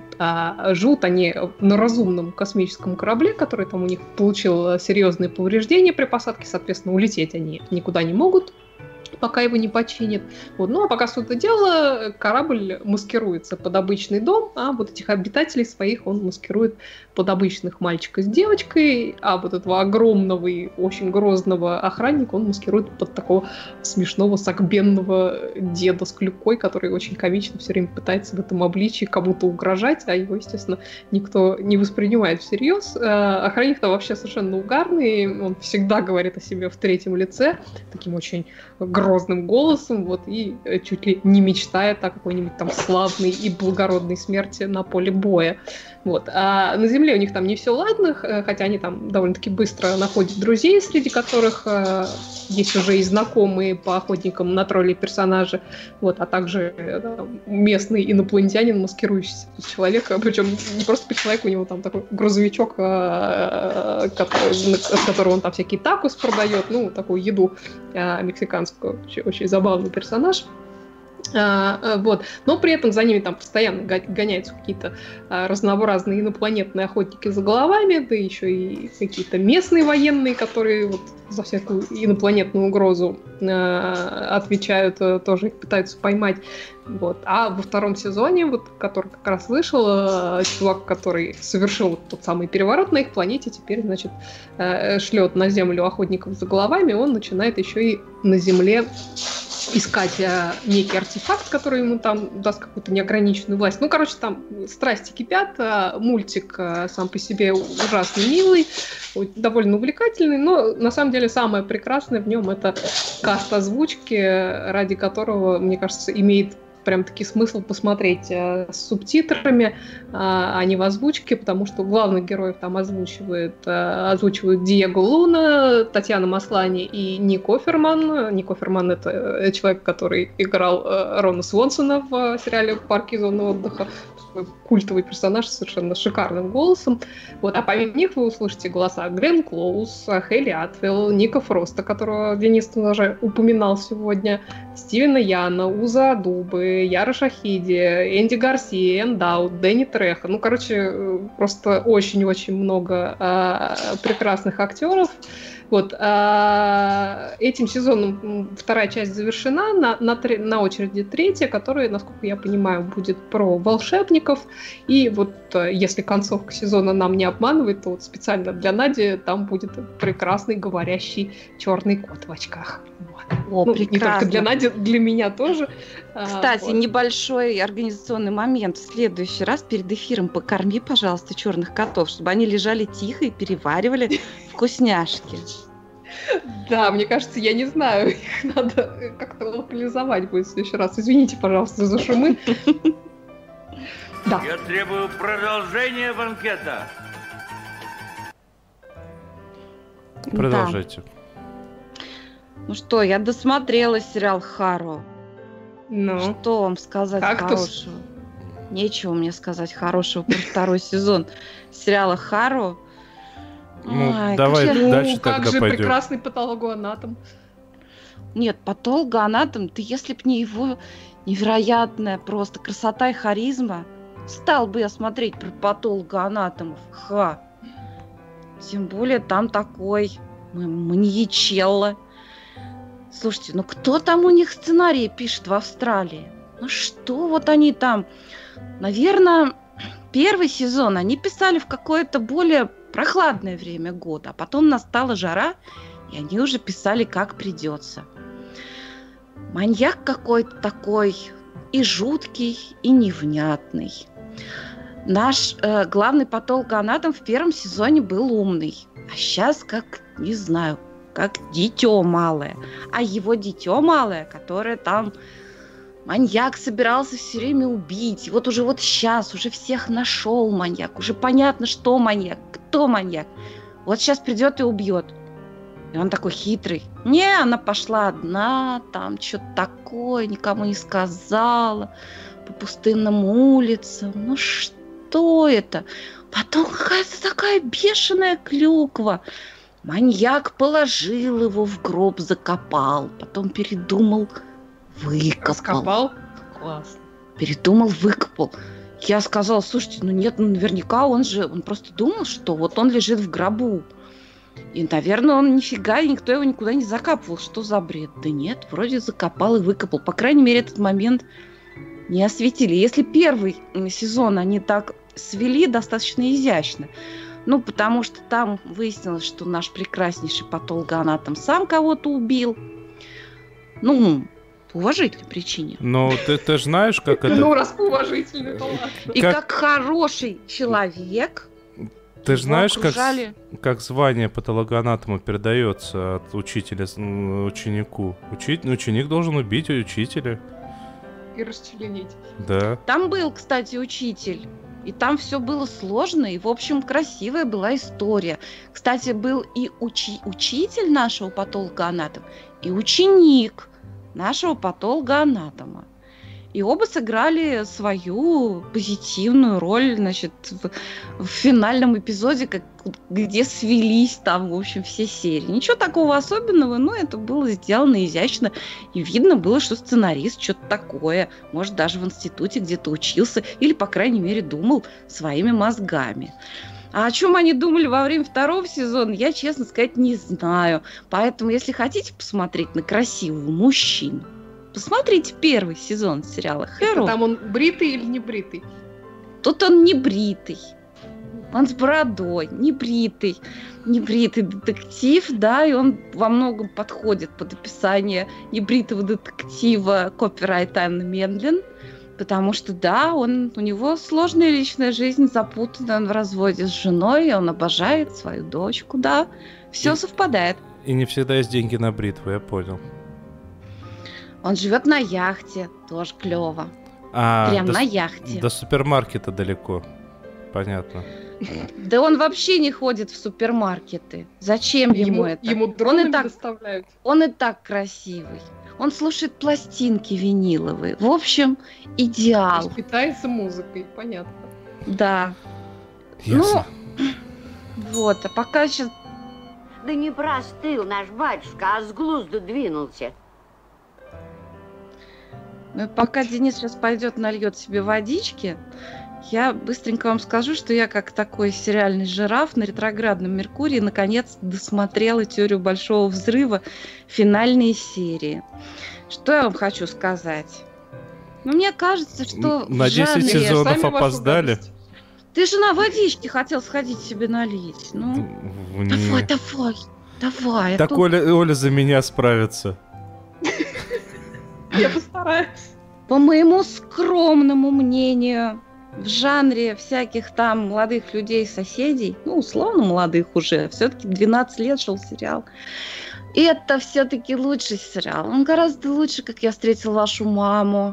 Живут они на разумном космическом корабле, который там у них получил серьезные повреждения при посадке, соответственно, улететь они никуда не могут, пока его не починят. Вот. Ну, а пока суть дела, корабль маскируется под обычный дом, а вот этих обитателей своих он маскирует под обычных мальчика с девочкой, а вот этого огромного и очень грозного охранника он маскирует под такого смешного сагбенного деда с клюкой, который очень комично все время пытается в этом обличии кому-то угрожать, а его, естественно, никто не воспринимает всерьез. Охранник-то вообще совершенно угарный, он всегда говорит о себе в третьем лице, таким очень грозным голосом, вот, и чуть ли не мечтает о какой-нибудь там славной и благородной смерти на поле боя. Вот. А на Земле у них там не все ладно, хотя они там довольно-таки быстро находят друзей, среди которых есть уже и знакомые по охотникам на троллей персонажи, вот, а также местный инопланетянин, маскирующийся под человека, причем не просто под человека, у него там такой грузовичок, с которого он там всякие такос продает, ну, такую еду мексиканскую, очень забавный персонаж. Вот. Но при этом за ними там постоянно гоняются какие-то разнообразные инопланетные охотники за головами, да еще и какие-то местные военные, которые вот за всякую инопланетную угрозу отвечают, тоже их пытаются поймать. Вот. А во втором сезоне, вот, который как раз вышел, чувак, который совершил тот самый переворот на их планете, теперь, значит, шлет на Землю охотников за головами, он начинает еще и на Земле искать некий артефакт, который ему там даст какую-то неограниченную власть. Ну, короче, там страсти кипят. Мультик сам по себе ужасно милый, довольно увлекательный, но на самом деле самое прекрасное в нем это каст озвучки, ради которого, мне кажется, имеет прям-таки смысл посмотреть с субтитрами, а не в озвучке, потому что главных героев там озвучивают Диего Луна, Татьяна Маслани и Ник Офферман. Ник Офферман — это человек, который играл Рона Свонсона в сериале «Парки и зоны отдыха». Культовый персонаж с совершенно шикарным голосом. Вот. А помимо них вы услышите голоса Гленн Клоуз, Хейли Атвелл, Ника Фроста, которого Денис даже упоминал сегодня, Стивена Яна, Уза Адубы, Яра Шахиди, Энди Гарсия, Энн Даут, Дэнни Треха. Ну, короче, просто очень-очень много прекрасных актеров. Вот. Этим сезоном вторая часть завершена, на очереди третья, которая, насколько я понимаю, будет про волшебников. И вот если концовка сезона нам не обманывает, то вот специально для Нади там будет прекрасный говорящий черный кот в очках. О, ну, не только для Нади, для меня тоже. Кстати, вот. Небольшой организационный момент. В следующий раз перед эфиром покорми, пожалуйста, черных котов, чтобы они лежали тихо и переваривали вкусняшки. Да, мне кажется, я не знаю, их надо как-то локализовать будет в следующий раз. Извините, пожалуйста, за шумы. Да. Я требую продолжения банкета. Продолжайте. Ну что, я досмотрела сериал «Харо». Ну, что вам сказать хорошего? Нечего мне сказать хорошего про второй сезон сериала «Харо». Ну, ой, давай дальше тогда как же пойдем. Прекрасный патологоанатом. Нет, патологоанатом, ты если б не его невероятная просто красота и харизма, стал бы я смотреть про патологоанатомов. Тем более там такой маньячелло. Слушайте, ну кто там у них сценарии пишет в Австралии? Ну что вот они там? Наверное, первый сезон они писали в какое-то более прохладное время года, а потом настала жара, и они уже писали как придется. Маньяк какой-то такой и жуткий, и невнятный. Наш главный патологоанатом в первом сезоне был умный, а сейчас как, не знаю, как дитё малое. А его дитё малое, которое там маньяк собирался все время убить. И вот уже вот сейчас уже всех нашел маньяк. Уже понятно, что маньяк, кто маньяк. Вот сейчас придет и убьет. И он такой хитрый. Не, она пошла одна, там что-то такое, никому не сказала. По пустынным улицам. Ну что это? Потом какая-то такая бешеная клюква. Маньяк положил его в гроб, закопал. Потом передумал, выкопал. Раскопал? Классно. Передумал, выкопал. Я сказала, слушайте, ну нет, ну наверняка он просто думал, что вот он лежит в гробу. И, наверное, он нифига, и никто его никуда не закапывал. Что за бред? Да нет, вроде закопал и выкопал. По крайней мере, этот момент не осветили. Если первый сезон они так свели достаточно изящно, ну, потому что там выяснилось, что наш прекраснейший патологоанатом сам кого-то убил. Ну, по уважительной причине. Но ты же знаешь, как это... Ну, раз по уважительной, то ладно. И как хороший человек... Ты же знаешь, как звание патологоанатома передается от учителя ученику? Ученик должен убить учителя. И расчленить. Да. Там был, кстати, учитель. И там все было сложно, и, в общем, красивая была история. Кстати, был и учитель нашего патологоанатома, и ученик нашего патологоанатома. И оба сыграли свою позитивную роль, значит, в финальном эпизоде, где свелись там, в общем, все серии. Ничего такого особенного, но это было сделано изящно. И видно было, что сценарист что-то такое, может, даже в институте где-то учился, или, по крайней мере, думал своими мозгами. А о чем они думали во время второго сезона, я, честно сказать, не знаю. Поэтому, если хотите посмотреть на красивого мужчину, посмотрите первый сезон сериала «Хэро». Там он бритый или не бритый? Тут он не бритый. Он с бородой, небритый детектив, да, и он во многом подходит под описание небритого детектива копирайт Анны Мендлин, потому что, да, у него сложная личная жизнь, запутанная, он в разводе с женой, он обожает свою дочку, да, все совпадает. И не всегда есть деньги на бритву, я понял. Он живет на яхте, тоже клево. Прям на яхте. До супермаркета далеко, понятно. Да он вообще не ходит в супермаркеты. Зачем ему это? Ему дроны доставляют. Он и так красивый. Он слушает пластинки виниловые. В общем, идеал. То есть питается музыкой, понятно. Да. Ясно. Ну, вот, а пока сейчас... Да не простыл наш батюшка, а с глузду двинулся. Ну, пока Денис сейчас пойдет, нальет себе водички, я быстренько вам скажу, что я, как такой сериальный жираф на ретроградном Меркурии, наконец досмотрела «Теорию большого взрыва», финальные серии. Что я вам хочу сказать? Ну, мне кажется, что... На 10 сезонов опоздали. Ты же на водичке хотел сходить себе налить. Ну, давай. Так Оля за меня справится. Я постараюсь. По моему скромному мнению, в жанре всяких там молодых людей-соседей, ну, условно молодых уже, все-таки 12 лет шел сериал, и это все-таки лучший сериал. Он гораздо лучше, «Как я встретил вашу маму».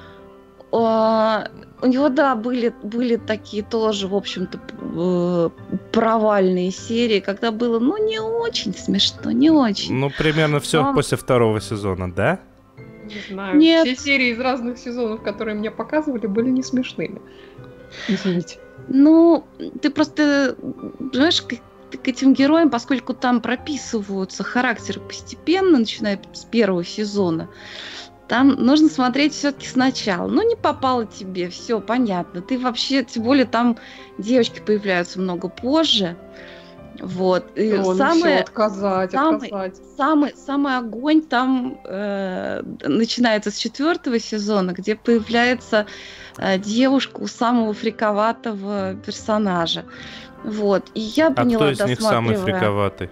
У него, да, были такие тоже, в общем-то, провальные серии, когда было, ну, не очень смешно, не очень. Ну, примерно все после второго сезона, да? Не знаю. Нет. Все серии из разных сезонов, которые мне показывали, были не смешными. Извините. Ну, ты просто, знаешь, к этим героям, поскольку там прописываются характеры постепенно, начиная с первого сезона, там нужно смотреть все-таки сначала. Ну, не попало тебе, все понятно. Ты вообще, тем более там девочки появляются много позже. Вот. И самый огонь там начинается с 4-го сезона, где появляется девушка у самого фриковатого персонажа. Вот. И я поняла, кто из них самый фриковатый?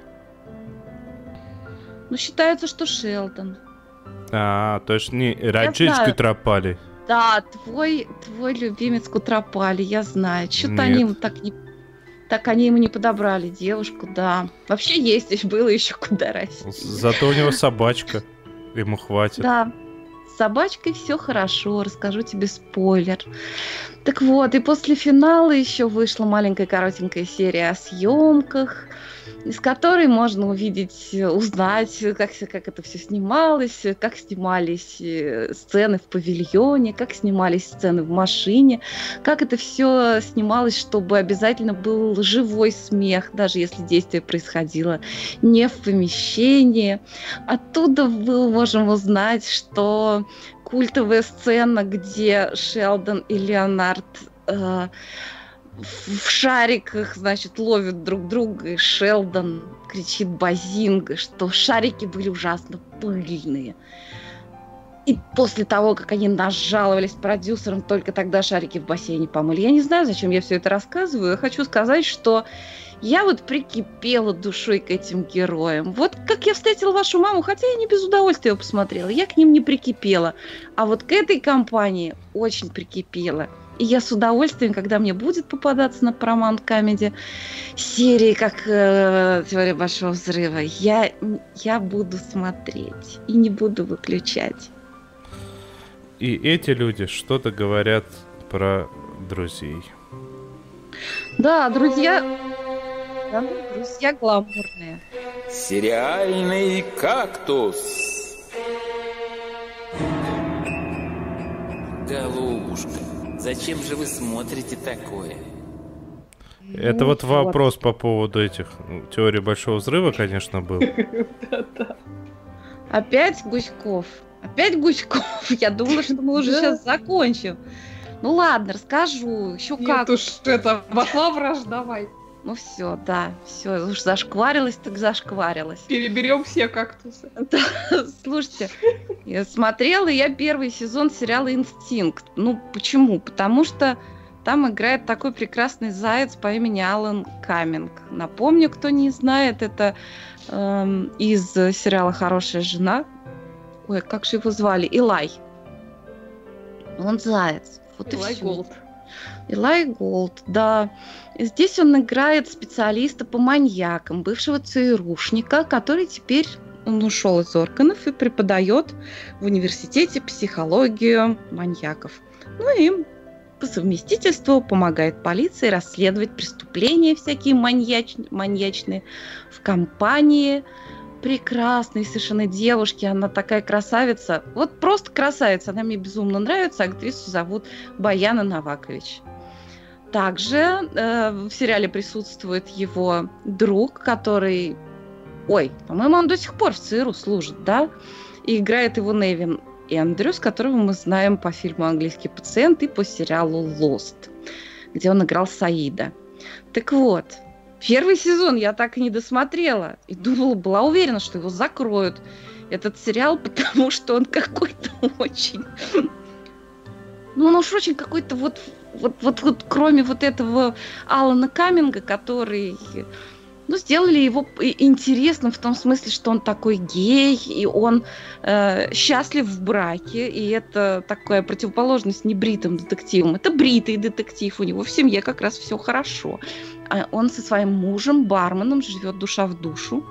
Ну, считается, что Шелдон. То есть не Раджич Кутропали. Да, твой любимец Кутропали, я знаю. Что-то они ему так они ему не подобрали девушку, да. Вообще есть, было еще куда расти. Зато у него собачка, ему хватит. Да, с собачкой все хорошо, расскажу тебе спойлер. Так вот, и после финала еще вышла маленькая коротенькая серия о съемках, из которой можно узнать, как это все снималось, как снимались сцены в павильоне, как снимались сцены в машине, как это все снималось, чтобы обязательно был живой смех, даже если действие происходило не в помещении. Оттуда мы можем узнать, что культовая сцена, где Шелдон и Леонард в шариках, значит, ловят друг друга, и Шелдон кричит Базинго, что шарики были ужасно пыльные. И после того, как они нажаловались продюсерам, только тогда шарики в бассейне помыли. Я не знаю, зачем я все это рассказываю. Я хочу сказать, что я вот прикипела душой к этим героям. Вот как я встретила вашу маму, хотя я не без удовольствия ее посмотрела, я к ним не прикипела. А вот к этой компании очень прикипела. И я с удовольствием, когда мне будет попадаться на Paramount Comedy серии, как «Теория большого взрыва», я буду смотреть и не буду выключать. И эти люди что-то говорят про друзей. Да, друзья гламурные. Сериальный кактус. Голубушка, зачем же вы смотрите такое? Это вот вопрос по поводу этих теорий большого взрыва, конечно, был. Опять Гуськов. Я думала, что мы уже сейчас закончим. Ну ладно, расскажу. Еще как. Нет уж, это вошла вражда, давай. Ну все, да, все, уж зашкварилась, так зашкварилась. Переберем все кактусы. Да, слушайте, я смотрела первый сезон сериала «Инстинкт». Ну, почему? Потому что Там играет такой прекрасный заяц по имени Алан Каминг. Напомню, кто не знает, это из сериала «Хорошая жена». Ой, как же его звали? Илай. Он заяц. Вот Илай Голд. Илай Голд, да. И здесь он играет специалиста по маньякам, бывшего ЦРУшника, который теперь он ушел из органов и преподает в университете психологию маньяков. Ну и по совместительству помогает полиции расследовать преступления всякие маньячные в компании прекрасной совершенно девушки. Она такая красавица. Вот просто красавица. Она мне безумно нравится. Актрису зовут Баяна Новакович. Также в сериале присутствует его друг, который... Ой, по-моему, он до сих пор в ЦРУ служит, да? И играет его Невин Эндрюс, которого мы знаем по фильму «Английский пациент» и по сериалу «Lost», где он играл Саида. Так вот, первый сезон я так и не досмотрела. И была уверена, что его закроют, этот сериал, потому что он какой-то очень... Ну, он уж очень какой-то вот кроме вот этого Алана Каминга, который... Ну, сделали его интересным в том смысле, что он такой гей, и он счастлив в браке, и это такая противоположность небритым детективам. Это бритый детектив, у него в семье как раз все хорошо. Он со своим мужем, барменом, живет душа в душу.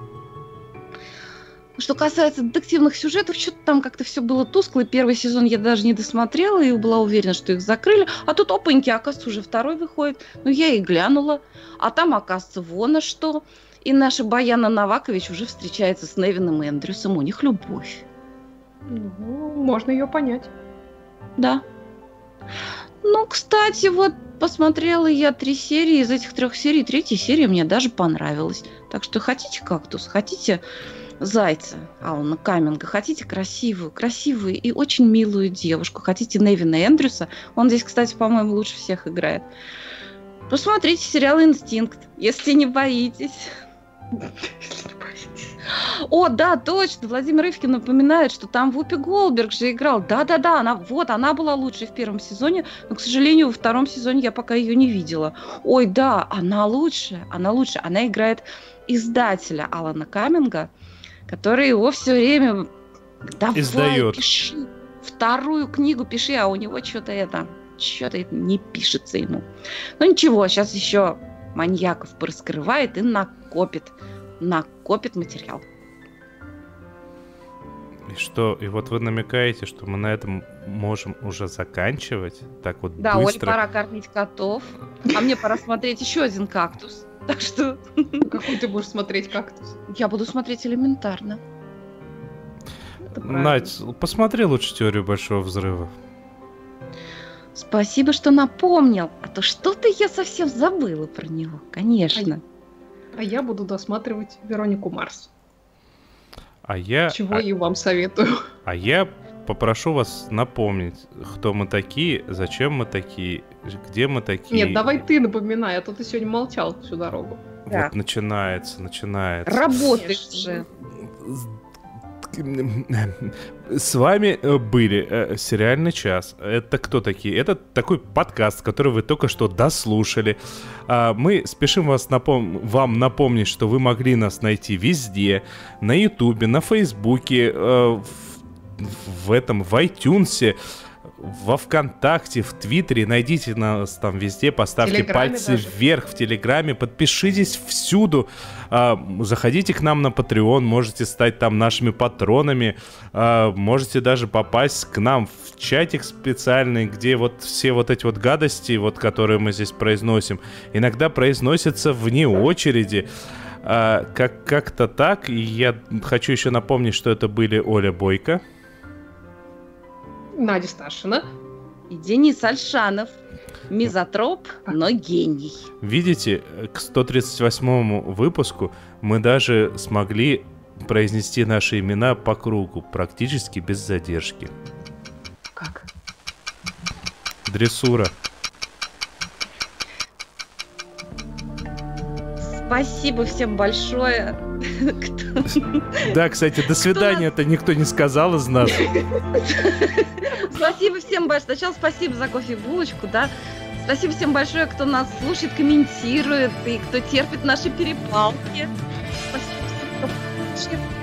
Что касается детективных сюжетов, что-то там как-то все было тускло, и первый сезон я даже не досмотрела, и была уверена, что их закрыли. А тут, опаньки, оказывается, уже второй выходит. Ну, я и глянула. А там, оказывается, вон а что. И наша Баяна Новакович уже встречается с Невином Эндрюсом. У них любовь. Ну, можно ее понять. Да. Ну, кстати, вот посмотрела я 3 серии. Из этих 3 серий 3-я серия мне даже понравилась. Так что хотите кактус, хотите... Зайца Алана Каминга, хотите красивую и очень милую девушку, хотите Невина Эндрюса, он здесь, кстати, по-моему, лучше всех играет. Посмотрите сериал «Инстинкт», если не боитесь. О, да, точно, Владимир Ивкин напоминает, что там Вупи Голдберг же играл. Да-да-да, она была лучшей в первом сезоне, но, к сожалению, во втором сезоне я пока ее не видела. Ой, да, она лучшая. Она играет издателя Алана Каминга, который его все время издает. Пиши, 2-ю книгу пиши, а у него что-то не пишется ему. Ну ничего, сейчас еще маньяков пораскрывает и накопит материал. И что? И вот вы намекаете, что мы на этом можем уже заканчивать? Так вот да, быстро? Оле пора кормить котов, а мне пора смотреть еще один «Кактус». Так что... Какой ты будешь смотреть «Кактус»? Я буду смотреть «Элементарно». Надь, посмотри лучше «Теорию большого взрыва». Спасибо, что напомнил. А то что-то я совсем забыла про него, конечно. А я буду досматривать «Веронику Марс». Чего и вам советую. А я попрошу вас напомнить, кто мы такие, зачем мы такие, где мы такие. Нет, давай ты напоминай, а то ты сегодня молчал всю дорогу. Да. Вот начинается. Работаешь же. С вами были «Сериальный час». Это кто такие? Это такой подкаст, который вы только что дослушали. Мы спешим вам напомнить, что вы могли нас найти везде. На Ютубе, на Фейсбуке, в iTunes, во ВКонтакте, в Твиттере. Найдите нас там везде, поставьте пальцы вверх, в Телеграме, подпишитесь всюду. Заходите к нам на Patreon, можете стать там нашими патронами, можете даже попасть к нам в чатик специальный, где вот все вот эти вот гадости, вот, которые мы здесь произносим, иногда произносятся вне очереди. Как-то так. И я хочу еще напомнить, что это были Оля Бойко, Надя Сташина и Денис Альшанов. Мизотроп, но гений. Видите, к 138-му выпуску мы даже смогли произнести наши имена по кругу, практически без задержки. Как? Дрессура. Спасибо всем большое. Да, кстати, до свидания-то никто не сказал из нас. Спасибо всем большое. Сначала спасибо за кофе и булочку, да. Спасибо всем большое, кто нас слушает, комментирует и кто терпит наши перепалки. Спасибо всем, кто